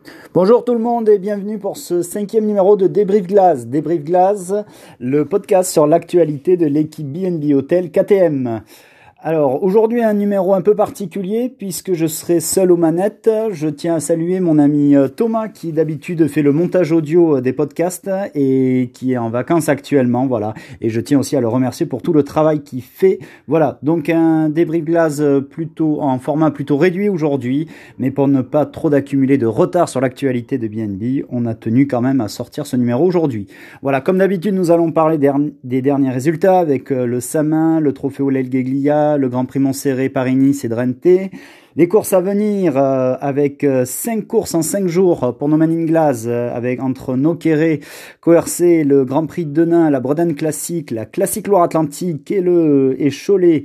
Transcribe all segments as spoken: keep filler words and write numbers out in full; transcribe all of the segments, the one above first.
Bonjour tout le monde et bienvenue pour ce cinquième numéro de Débrief Glace. Débrief Glace, le podcast sur l'actualité de l'équipe B and B Hotel K T M. Alors aujourd'hui un numéro un peu particulier puisque je serai seul aux manettes. Je tiens à saluer mon ami Thomas qui d'habitude fait le montage audio des podcasts et qui est en vacances actuellement, voilà. Et je tiens aussi à le remercier pour tout le travail qu'il fait. Voilà, donc un débrief glace plutôt en format plutôt réduit aujourd'hui, mais pour ne pas trop d'accumuler de retard sur l'actualité de B and B, on a tenu quand même à sortir ce numéro aujourd'hui. Voilà, comme d'habitude nous allons parler des derniers résultats avec le Samin, le Trofeo L'Elgheglia, le Grand Prix Montserrat, Paris-Nice et Drenthe. Les courses à venir euh, avec euh, cinq courses en cinq jours pour nos Manning Glace euh, avec entre Nokere, Coercé, le Grand Prix de Denain, la Bretagne Classique, la Classique Loire-Atlantique et le et Cholet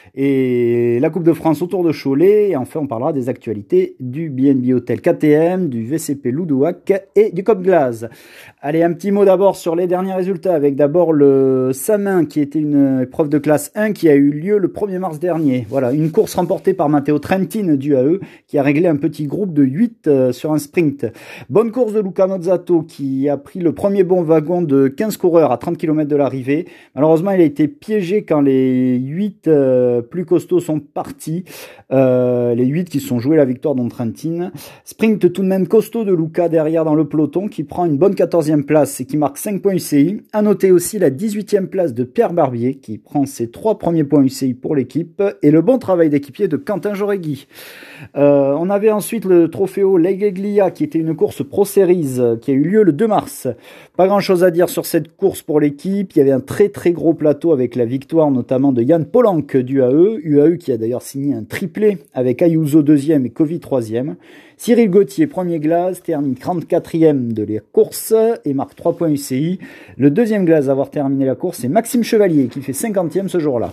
et la Coupe de France autour de Cholet. Et enfin, on parlera des actualités du B and B Hotel K T M, du V C P Loudouac et du Cop Glace. Allez, un petit mot d'abord sur les derniers résultats avec d'abord le Samin qui était une épreuve de classe un qui a eu lieu le premier mars dernier. Voilà, une course remportée par Matteo Trentin du A E qui a réglé un petit groupe de huit euh, sur un sprint. Bonne course de Luca Mozzato qui a pris le premier bon wagon de quinze coureurs à trente kilomètres de l'arrivée. Malheureusement, il a été piégé quand les huit euh, plus costauds sont partis. Euh, les huit qui se sont joués la victoire dont Trentin. Sprint tout de même costaud de Luca derrière dans le peloton qui prend une bonne quatorzième place et qui marque cinq points U C I. À noter aussi la dix-huitième place de Pierre Barbier qui prend ses trois premiers points U C I pour l'équipe et le bon travail d'équipier de Quentin Joregui. Euh, on avait ensuite le Trofeo L'Elgheglia qui était une course Pro Series qui a eu lieu le deux mars. Pas grand chose à dire sur cette course pour l'équipe. Il y avait un très très gros plateau avec la victoire notamment de Yann Polanc du A E. U A E qui a d'ailleurs signé un triplé avec Ayuso deuxième et Covey troisième. Cyril Gauthier, premier glace, termine trente-quatrième de la course et marque trois points U C I. Le deuxième glace à avoir terminé la course, c'est Maxime Chevalier qui fait cinquantième ce jour-là.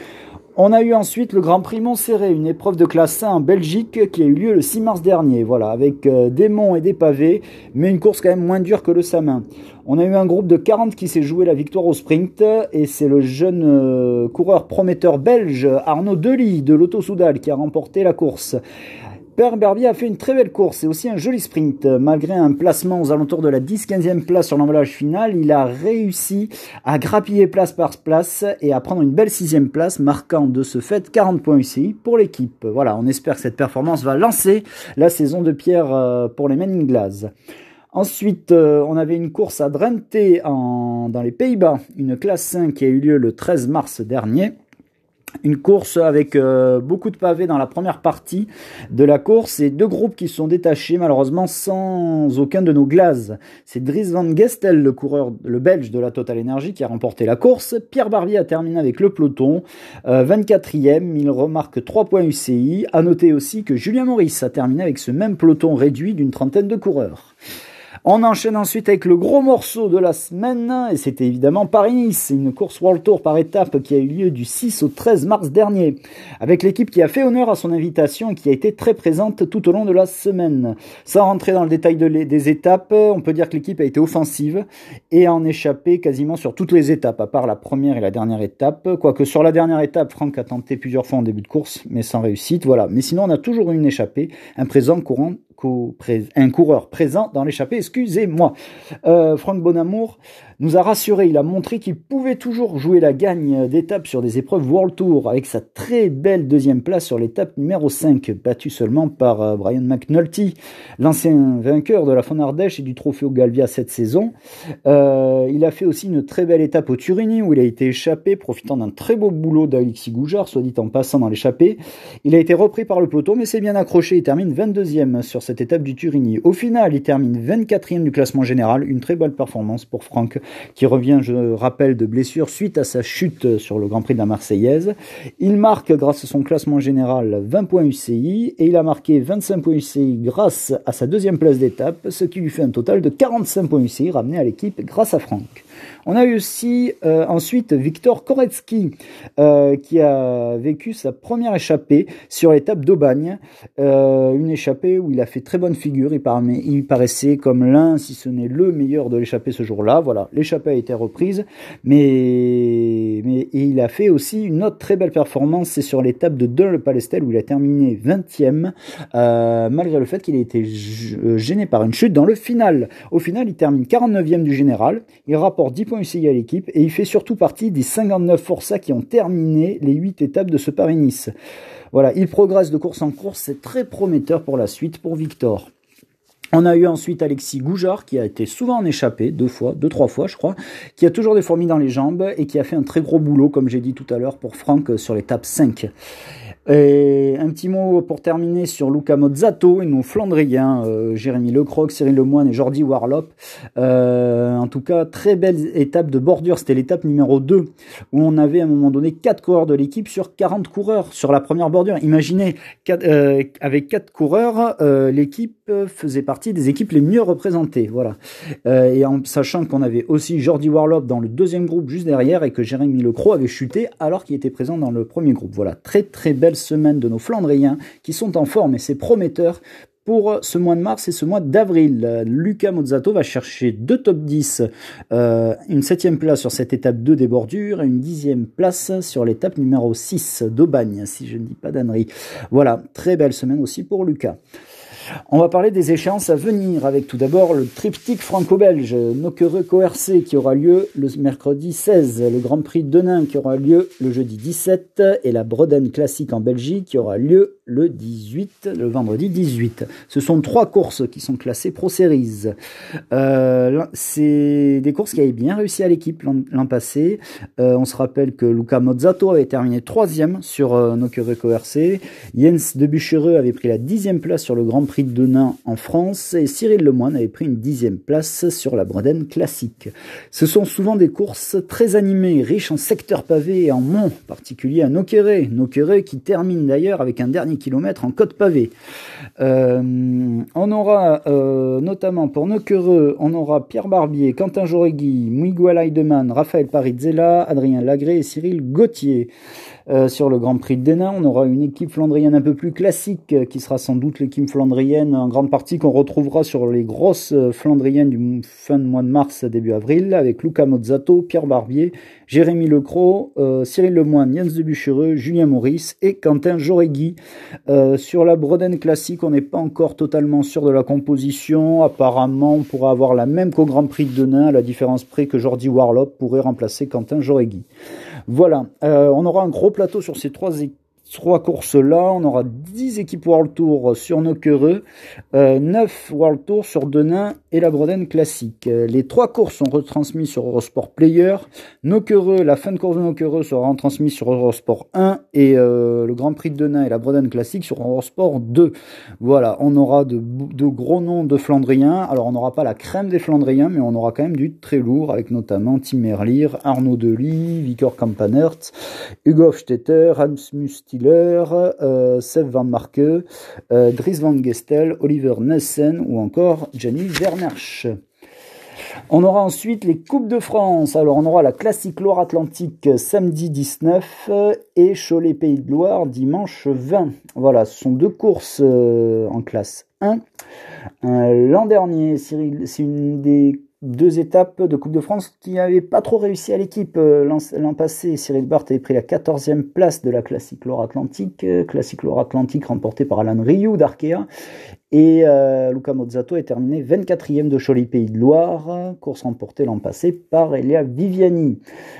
On a eu ensuite le Grand Prix Montserrat, une épreuve de classe un en Belgique qui a eu lieu le six mars dernier, voilà, avec euh, des monts et des pavés, mais une course quand même moins dure que le Samin. On a eu un groupe de quarante qui s'est joué la victoire au sprint, et c'est le jeune euh, coureur prometteur belge Arnaud Delis de l'Auto Soudal qui a remporté la course. Pierre Barbier a fait une très belle course et aussi un joli sprint. Malgré un placement aux alentours de la dix quinzième place sur l'emballage final, il a réussi à grappiller place par place et à prendre une belle sixième place, marquant de ce fait quarante points U C I pour l'équipe. Voilà, on espère que cette performance va lancer la saison de Pierre pour les Manning Glace. Ensuite, euh, on avait une course à Drenthe en, dans les Pays-Bas, une classe cinq qui a eu lieu le treize mars dernier. Une course avec euh, beaucoup de pavés dans la première partie de la course et deux groupes qui se sont détachés malheureusement sans aucun de nos glaces. C'est Dries Van Gestel, le coureur, le belge de la Total Energy qui a remporté la course. Pierre Barbier a terminé avec le peloton, euh, vingt-quatrième, il remarque trois points U C I. À noter aussi que Julien Maurice a terminé avec ce même peloton réduit d'une trentaine de coureurs. On enchaîne ensuite avec le gros morceau de la semaine, et c'était évidemment Paris-Nice, une course World Tour par étapes qui a eu lieu du six au treize mars dernier, avec l'équipe qui a fait honneur à son invitation et qui a été très présente tout au long de la semaine. Sans rentrer dans le détail de les, des étapes, on peut dire que l'équipe a été offensive et a en échappé quasiment sur toutes les étapes, à part la première et la dernière étape, quoique sur la dernière étape, Franck a tenté plusieurs fois en début de course, mais sans réussite, voilà. Mais sinon, on a toujours eu une échappée, un présent courant un coureur présent dans l'échappée, excusez-moi. Euh, Franck Bonamour nous a rassuré, il a montré qu'il pouvait toujours jouer la gagne d'étape sur des épreuves World Tour avec sa très belle deuxième place sur l'étape numéro cinq, battue seulement par euh, Brian McNulty, l'ancien vainqueur de la Fon Ardèche et du Trofeo Galvia cette saison. Euh, il a fait aussi une très belle étape au Turini où il a été échappé, profitant d'un très beau boulot d'Alexis Goujard, soit dit en passant dans l'échappée. Il a été repris par le peloton, mais s'est bien accroché, il termine vingt-deuxième sur cette étape du Turini. Au final, il termine vingt-quatrième du classement général, une très belle performance pour Franck, qui revient, je rappelle, de blessure suite à sa chute sur le Grand Prix de la Marseillaise. Il marque, grâce à son classement général, vingt points U C I, et il a marqué vingt-cinq points U C I grâce à sa deuxième place d'étape, ce qui lui fait un total de quarante-cinq points U C I ramenés à l'équipe grâce à Franck. On a eu aussi euh, ensuite Viktor Koretsky euh, qui a vécu sa première échappée sur l'étape d'Aubagne, euh, une échappée où il a fait très bonne figure, il, paraît, il paraissait comme l'un, si ce n'est le meilleur de l'échappée ce jour-là. Voilà, l'échappée a été reprise, mais, mais il a fait aussi une autre très belle performance, c'est sur l'étape de Dole-Palestel où il a terminé vingtième, euh, malgré le fait qu'il ait été gêné par une chute dans le final. Au final, il termine quarante-neuvième du général, il rapporte dix points U C I à l'équipe et il fait surtout partie des cinquante-neuf forçats qui ont terminé les huit étapes de ce Paris-Nice. Voilà, il progresse de course en course, c'est très prometteur pour la suite pour Victor. On a eu ensuite Alexis Goujard qui a été souvent en échappée, deux fois, deux, trois fois je crois, qui a toujours des fourmis dans les jambes et qui a fait un très gros boulot, comme j'ai dit tout à l'heure, pour Franck sur l'étape cinq. Et un petit mot pour terminer sur Luca Mozzato et nos Flandriens, euh, Jérémy Lecroc, Cyril Lemoine et Jordi Warlop. Euh, en tout cas, très belle étape de bordure, c'était l'étape numéro deux, où on avait à un moment donné quatre coureurs de l'équipe sur quarante coureurs sur la première bordure. Imaginez, quatre, euh, avec quatre coureurs, euh, l'équipe faisait partie des équipes les mieux représentées. Voilà. Euh, et en sachant qu'on avait aussi Jordi Warlop dans le deuxième groupe juste derrière et que Jérémy Lecroc avait chuté alors qu'il était présent dans le premier groupe. Voilà, très très belle semaine de nos Flandriens qui sont en forme et c'est prometteur pour ce mois de mars et ce mois d'avril. Luca Mozzato va chercher deux top dix, euh, une septième place sur cette étape deux des bordures et une dixième place sur l'étape numéro six d'Aubagne, si je ne dis pas d'ânerie. Voilà, très belle semaine aussi pour Luca. On va parler des échéances à venir avec tout d'abord le triptyque franco-belge Nokere-Coercé qui aura lieu le mercredi seize, le Grand Prix de Denain qui aura lieu le jeudi dix-sept et la Bredaine Classique en Belgique qui aura lieu le dix-huit, le vendredi dix-huit. Ce sont trois courses qui sont classées Pro Series. Euh, c'est des courses qui avaient bien réussi à l'équipe l'an, l'an passé. Euh, on se rappelle que Luca Mozzato avait terminé troisième sur euh, Nokere-Coercé. Jens Debuschereux avait pris la dixième place sur le Grand Prix de Denain en France et Cyril Lemoine avait pris une dixième place sur la Bredaine Classique. Ce sont souvent des courses très animées, riches en secteurs pavés et en monts, en particulier à Nokere. Nokere qui termine d'ailleurs avec un dernier kilomètre en côte pavée. Euh, on aura euh, notamment pour Nokere, on aura Pierre Barbier, Quentin Jauregui, Miguel Heidemann, Raphaël Parizzella, Adrien Lagré et Cyril Gauthier. Euh, sur le Grand Prix de Denain, on aura une équipe flandrienne un peu plus classique euh, qui sera sans doute l'équipe flandrienne en grande partie qu'on retrouvera sur les grosses euh, flandriennes du fin de mois de mars début avril avec Luca Mozzato, Pierre Barbier, Jérémy Lecroc, euh, Cyril Lemoine, Jens Debuschereux, Julien Maurice et Quentin Jauregui. Euh, sur la Bredaine Classique, on n'est pas encore totalement sûr de la composition. Apparemment, on pourra avoir la même qu'au Grand Prix de Denain, à la différence près que Jordi Warlop pourrait remplacer Quentin Jauregui. Voilà, euh, on aura un gros plateau sur ces trois équipes. Trois courses-là, on aura dix équipes World Tour sur Nokere, euh, neuf World Tour sur Denain et la Bredaine Classique. Euh, les trois courses sont retransmises sur Eurosport Player. Nokere, la fin de course de Nokere sera retransmise sur Eurosport un et euh, le Grand Prix de Denain et la Bredaine Classique sur Eurosport deux. Voilà, on aura de, de gros noms de Flandriens. Alors on n'aura pas la crème des Flandriens, mais on aura quand même du très lourd avec notamment Tim Merlier, Arnaud Delis, Victor Kampanert, Hugo Hofstetter, Rasmus Stiller, euh, Seb Van Marke, euh, Dries Van Gestel, Oliver Nessen ou encore Gianni Vermersch. On aura ensuite les Coupes de France. Alors on aura la Classique Loire-Atlantique samedi dix-neuf et Cholet Pays de Loire dimanche vingt. Voilà, ce sont deux courses euh, en classe un. Euh, l'an dernier, Cyril, c'est une des deux étapes de Coupe de France qui n'avaient pas trop réussi à l'équipe. L'an, l'an passé, Cyril Barth avait pris la quatorzième place de la Classique Loire-Atlantique, Classique Loire-Atlantique remportée par Alan Rioux d'Arkea. Et euh, Luca Mozzato est terminé vingt-quatrième de Cholet Pays de Loire, course remportée l'an passé par Elia Viviani.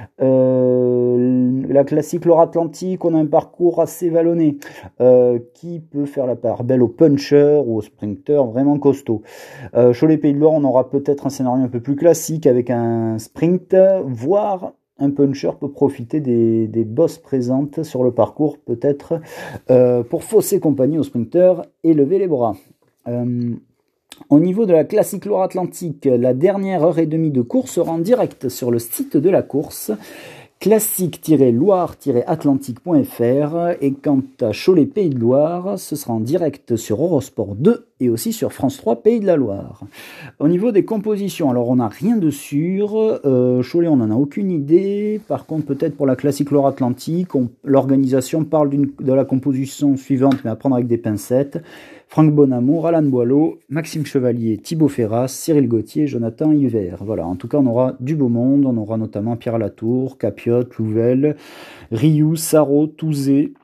Euh, la Classique Loire-Atlantique, on a un parcours assez vallonné, euh, qui peut faire la part belle aux punchers ou aux sprinters vraiment costauds. Euh, Cholet Pays de Loire, on aura peut-être un scénario un peu plus classique avec un sprint, voire un puncher peut profiter des, des bosses présentes sur le parcours, peut-être euh, pour fausser compagnie aux sprinters et lever les bras. Euh, au niveau de la Classique Loire-Atlantique, la dernière heure et demie de course sera en direct sur le site de la course. classique-loire-atlantique point f r. Et quant à Cholet Pays de Loire, ce sera en direct sur Eurosport deux et aussi sur France trois Pays de la Loire. Au niveau des compositions, alors on n'a rien de sûr. Euh, Cholet, on n'en a aucune idée. Par contre, peut-être pour la classique Loire-Atlantique, l'organisation parle de la composition suivante, mais à prendre avec des pincettes. Franck Bonamour, Alan Boileau, Maxime Chevalier, Thibaut Ferras, Cyril Gauthier, Jonathan Hiver. Voilà, en tout cas, on aura du beau monde. On aura notamment Pierre Latour, Capiotte, Louvel, Rioux, Sarraud, Touzé,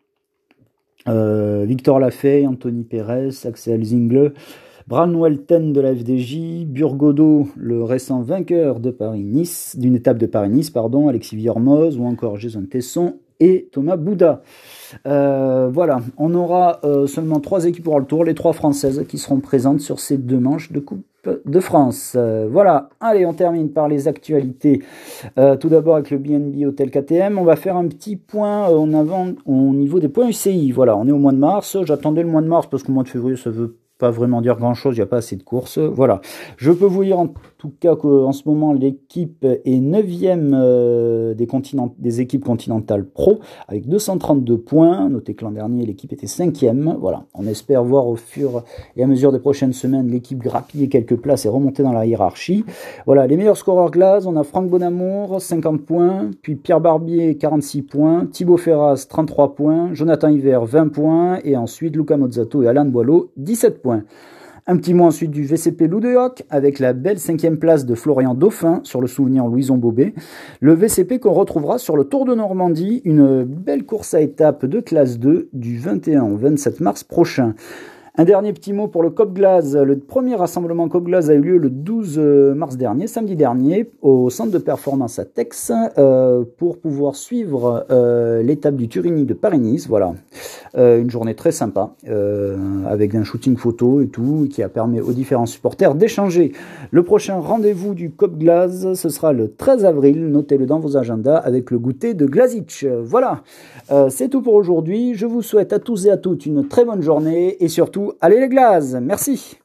euh, Victor Lafay, Anthony Pérez, Axel Zingle, Bran Welten de la F D J, Burgodeau, le récent vainqueur de Paris-Nice, d'une étape de Paris-Nice, pardon, Alexis Villermoz, ou encore Jason Tesson et Thomas Bouda. Euh, voilà, on aura euh, seulement trois équipes pour le tour, les trois françaises qui seront présentes sur ces deux manches de Coupe de France. Euh, voilà, allez, on termine par les actualités. Euh, tout d'abord avec le B N B Hotel K T M, on va faire un petit point euh, en avant au niveau des points U C I. Voilà, on est au mois de mars, j'attendais le mois de mars parce que le mois de février ça veut pas vraiment dire grand chose, il n'y a pas assez de courses. Voilà. Je peux vous dire en tout cas qu'en ce moment l'équipe est neuvième euh, des, continent, des équipes continentales pro avec deux cent trente-deux points. Notez que l'an dernier l'équipe était cinquième. Voilà. On espère voir au fur et à mesure des prochaines semaines l'équipe grappiller quelques places et remonter dans la hiérarchie. Voilà. Les meilleurs scoreurs glace, on a Franck Bonamour, cinquante points, puis Pierre Barbier, quarante-six points, Thibaut Ferras, trente-trois points, Jonathan Hiver, vingt points, et ensuite Luca Mozzato et Alain Boileau, dix-sept points. Un petit mot ensuite du V C P Loudéoc avec la belle cinquième place de Florian Dauphin sur le souvenir Louison Bobet. Le V C P qu'on retrouvera sur le Tour de Normandie, une belle course à étapes de classe deux du vingt et un au vingt-sept mars prochain. Un dernier petit mot pour le Cop Glace. Le premier rassemblement Cop Glace a eu lieu le douze mars dernier, samedi dernier, au centre de performance à Tex, euh, pour pouvoir suivre euh, l'étape du Turini de Paris-Nice. Voilà, euh, une journée très sympa, euh, avec un shooting photo et tout, qui a permis aux différents supporters d'échanger. Le prochain rendez-vous du Cop Glace, ce sera le treize avril, notez-le dans vos agendas, avec le goûter de Glazic. Voilà, euh, c'est tout pour aujourd'hui. Je vous souhaite à tous et à toutes une très bonne journée, et surtout, allez les glaces, merci.